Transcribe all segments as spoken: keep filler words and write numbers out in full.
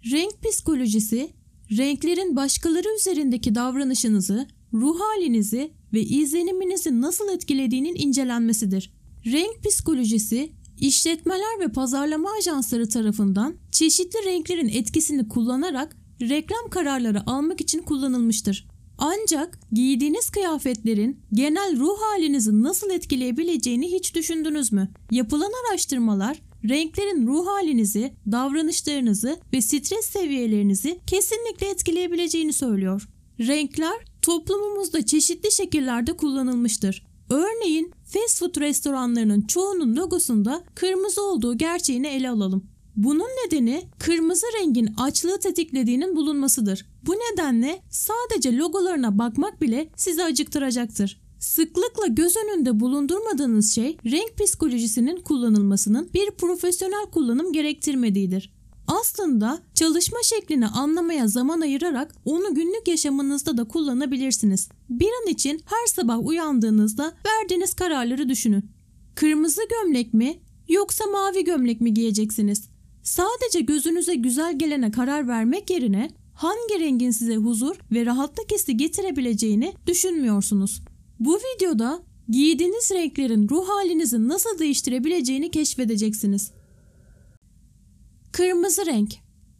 Renk psikolojisi, renklerin başkaları üzerindeki davranışınızı, ruh halinizi ve izleniminizi nasıl etkilediğinin incelenmesidir. Renk psikolojisi, işletmeler ve pazarlama ajansları tarafından çeşitli renklerin etkisini kullanarak reklam kararları almak için kullanılmıştır. Ancak giydiğiniz kıyafetlerin genel ruh halinizi nasıl etkileyebileceğini hiç düşündünüz mü? Yapılan araştırmalar, renklerin ruh halinizi, davranışlarınızı ve stres seviyelerinizi kesinlikle etkileyebileceğini söylüyor. Renkler toplumumuzda çeşitli şekillerde kullanılmıştır. Örneğin fast food restoranlarının çoğunun logosunda kırmızı olduğu gerçeğini ele alalım. Bunun nedeni kırmızı rengin açlığı tetiklediğinin bulunmasıdır. Bu nedenle sadece logolarına bakmak bile sizi acıktıracaktır. Sıklıkla göz önünde bulundurmadığınız şey renk psikolojisinin kullanılmasının bir profesyonel kullanım gerektirmediğidir. Aslında çalışma şeklini anlamaya zaman ayırarak onu günlük yaşamınızda da kullanabilirsiniz. Bir an için her sabah uyandığınızda verdiğiniz kararları düşünün. Kırmızı gömlek mi yoksa mavi gömlek mi giyeceksiniz? Sadece gözünüze güzel gelene karar vermek yerine hangi rengin size huzur ve rahatlık hissi getirebileceğini düşünmüyorsunuz. Bu videoda giydiğiniz renklerin ruh halinizi nasıl değiştirebileceğini keşfedeceksiniz. Kırmızı renk.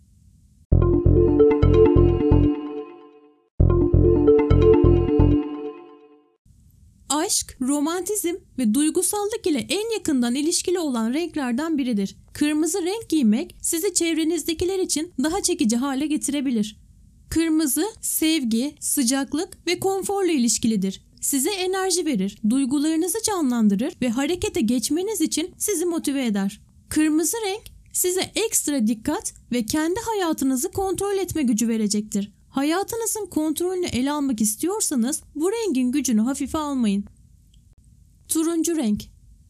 Aşk, romantizm ve duygusallık ile en yakından ilişkili olan renklerden biridir. Kırmızı renk giymek sizi çevrenizdekiler için daha çekici hale getirebilir. Kırmızı, sevgi, sıcaklık ve konforla ilişkilidir. Size enerji verir, duygularınızı canlandırır ve harekete geçmeniz için sizi motive eder. Kırmızı renk size ekstra dikkat ve kendi hayatınızı kontrol etme gücü verecektir. Hayatınızın kontrolünü ele almak istiyorsanız bu rengin gücünü hafife almayın. Turuncu renk.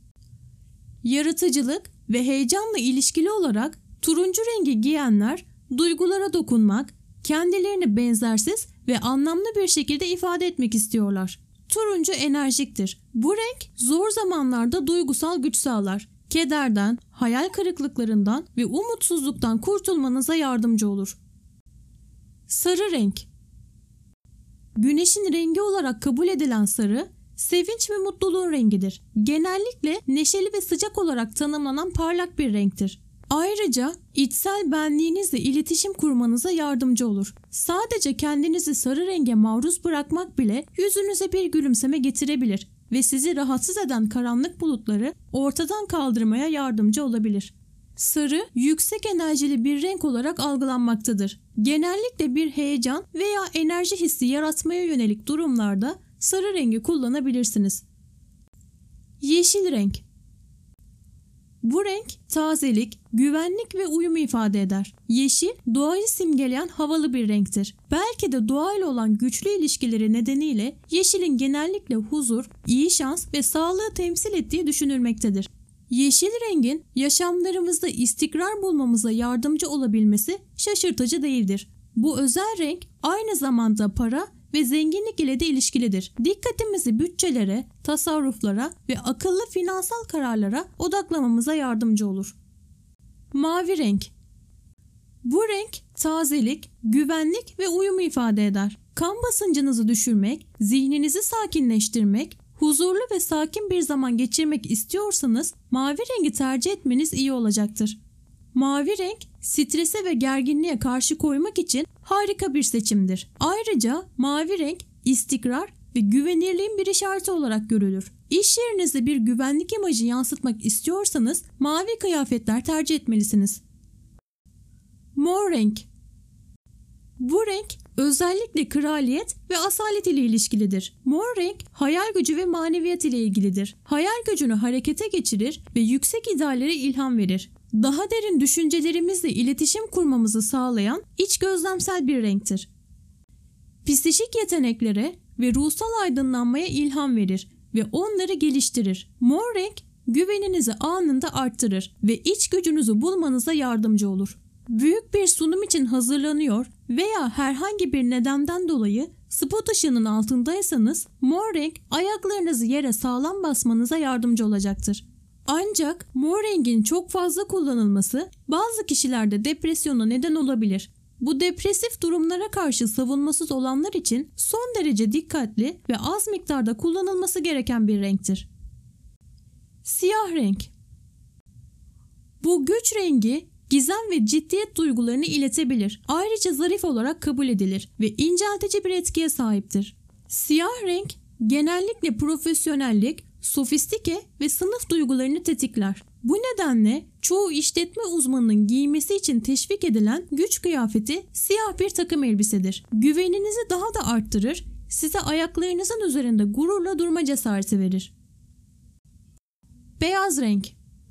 Yaratıcılık ve heyecanla ilişkili olarak turuncu rengi giyenler duygulara dokunmak, kendilerini benzersiz ve anlamlı bir şekilde ifade etmek istiyorlar. Turuncu enerjiktir. Bu renk zor zamanlarda duygusal güç sağlar. Kederden, hayal kırıklıklarından ve umutsuzluktan kurtulmanıza yardımcı olur. Sarı renk. Güneşin rengi olarak kabul edilen sarı, sevinç ve mutluluğun rengidir. Genellikle neşeli ve sıcak olarak tanımlanan parlak bir renktir. Ayrıca içsel benliğinizle iletişim kurmanıza yardımcı olur. Sadece kendinizi sarı renge maruz bırakmak bile yüzünüze bir gülümseme getirebilir ve sizi rahatsız eden karanlık bulutları ortadan kaldırmaya yardımcı olabilir. Sarı, yüksek enerjili bir renk olarak algılanmaktadır. Genellikle bir heyecan veya enerji hissi yaratmaya yönelik durumlarda sarı rengi kullanabilirsiniz. Yeşil renk. Bu renk tazelik, güvenlik ve uyumu ifade eder. Yeşil, doğayı simgeleyen havalı bir renktir. Belki de doğayla olan güçlü ilişkileri nedeniyle yeşilin genellikle huzur, iyi şans ve sağlığı temsil ettiği düşünülmektedir. Yeşil rengin yaşamlarımızda istikrar bulmamıza yardımcı olabilmesi şaşırtıcı değildir. Bu özel renk aynı zamanda para ve zenginlik ile de ilişkilidir. Dikkatimizi bütçelere, tasarruflara ve akıllı finansal kararlara odaklamamıza yardımcı olur. Mavi renk. Bu renk tazelik, güvenlik ve uyumu ifade eder. Kan basıncınızı düşürmek, zihninizi sakinleştirmek, huzurlu ve sakin bir zaman geçirmek istiyorsanız mavi rengi tercih etmeniz iyi olacaktır. Mavi renk strese ve gerginliğe karşı koymak için harika bir seçimdir. Ayrıca mavi renk istikrar ve güvenirliğin bir işareti olarak görülür. İş yerinizde bir güvenlik imajı yansıtmak istiyorsanız mavi kıyafetler tercih etmelisiniz. Mor renk. Bu renk özellikle kraliyet ve asalet ile ilişkilidir. Mor renk hayal gücü ve maneviyat ile ilgilidir. Hayal gücünü harekete geçirir ve yüksek ideallere ilham verir. Daha derin düşüncelerimizle iletişim kurmamızı sağlayan iç gözlemsel bir renktir. Psikik yeteneklere ve ruhsal aydınlanmaya ilham verir ve onları geliştirir. Mor renk güveninizi anında arttırır ve iç gücünüzü bulmanıza yardımcı olur. Büyük bir sunum için hazırlanıyor veya herhangi bir nedenden dolayı spot ışığının altındaysanız mor renk ayaklarınızı yere sağlam basmanıza yardımcı olacaktır. Ancak mor rengin çok fazla kullanılması bazı kişilerde depresyona neden olabilir. Bu depresif durumlara karşı savunmasız olanlar için son derece dikkatli ve az miktarda kullanılması gereken bir renktir. Siyah renk. Bu güç rengi gizem ve ciddiyet duygularını iletebilir. Ayrıca zarif olarak kabul edilir ve inceltici bir etkiye sahiptir. Siyah renk genellikle profesyonellik, sofistike ve sınıf duygularını tetikler. Bu nedenle çoğu işletme uzmanının giymesi için teşvik edilen güç kıyafeti siyah bir takım elbisedir. Güveninizi daha da arttırır, size ayaklarınızın üzerinde gururla durma cesareti verir. Beyaz renk.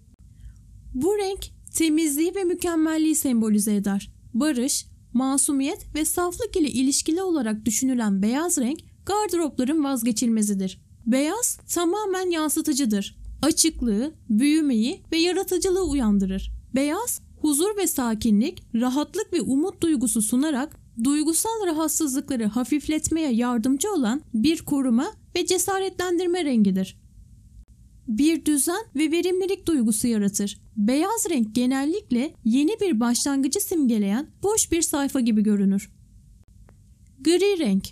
Bu renk temizliği ve mükemmelliği sembolize eder. Barış, masumiyet ve saflık ile ilişkili olarak düşünülen beyaz renk gardıropların vazgeçilmezidir. Beyaz tamamen yansıtıcıdır. Açıklığı, büyümeyi ve yaratıcılığı uyandırır. Beyaz, huzur ve sakinlik, rahatlık ve umut duygusu sunarak duygusal rahatsızlıkları hafifletmeye yardımcı olan bir koruma ve cesaretlendirme rengidir. Bir düzen ve verimlilik duygusu yaratır. Beyaz renk genellikle yeni bir başlangıcı simgeleyen boş bir sayfa gibi görünür. Gri renk.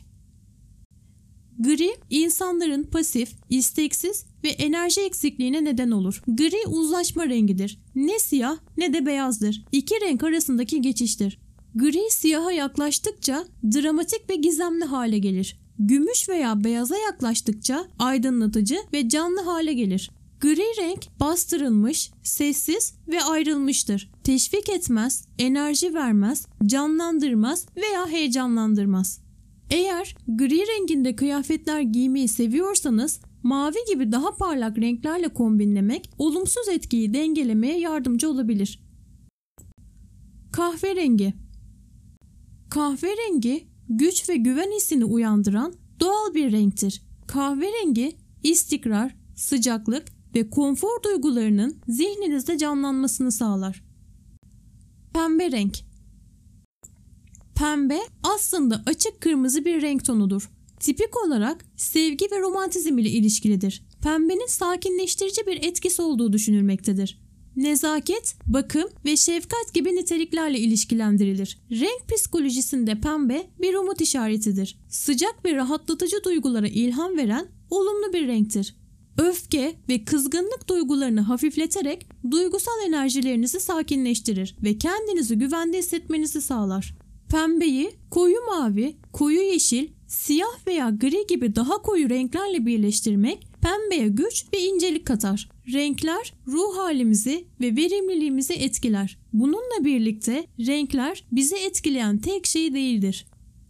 Gri, insanların pasif, isteksiz ve enerji eksikliğine neden olur. Gri uzlaşma rengidir. Ne siyah ne de beyazdır. İki renk arasındaki geçiştir. Gri siyaha yaklaştıkça dramatik ve gizemli hale gelir. Gümüş veya beyaza yaklaştıkça aydınlatıcı ve canlı hale gelir. Gri renk bastırılmış, sessiz ve ayrılmıştır. Teşvik etmez, enerji vermez, canlandırmaz veya heyecanlandırmaz. Eğer gri renginde kıyafetler giymeyi seviyorsanız mavi gibi daha parlak renklerle kombinlemek olumsuz etkiyi dengelemeye yardımcı olabilir. Kahverengi. Kahverengi güç ve güven hissini uyandıran doğal bir renktir. Kahverengi istikrar, sıcaklık ve konfor duygularının zihninizde canlanmasını sağlar. Pembe renk. Pembe aslında açık kırmızı bir renk tonudur. Tipik olarak sevgi ve romantizm ile ilişkilidir. Pembenin sakinleştirici bir etkisi olduğu düşünülmektedir. Nezaket, bakım ve şefkat gibi niteliklerle ilişkilendirilir. Renk psikolojisinde pembe bir umut işaretidir. Sıcak ve rahatlatıcı duygulara ilham veren olumlu bir renktir. Öfke ve kızgınlık duygularını hafifleterek duygusal enerjilerinizi sakinleştirir ve kendinizi güvende hissetmenizi sağlar. Pembeyi koyu mavi, koyu yeşil, siyah veya gri gibi daha koyu renklerle birleştirmek pembeye güç ve incelik katar. Renkler ruh halimizi ve verimliliğimizi etkiler. Bununla birlikte renkler bizi etkileyen tek şey değildir.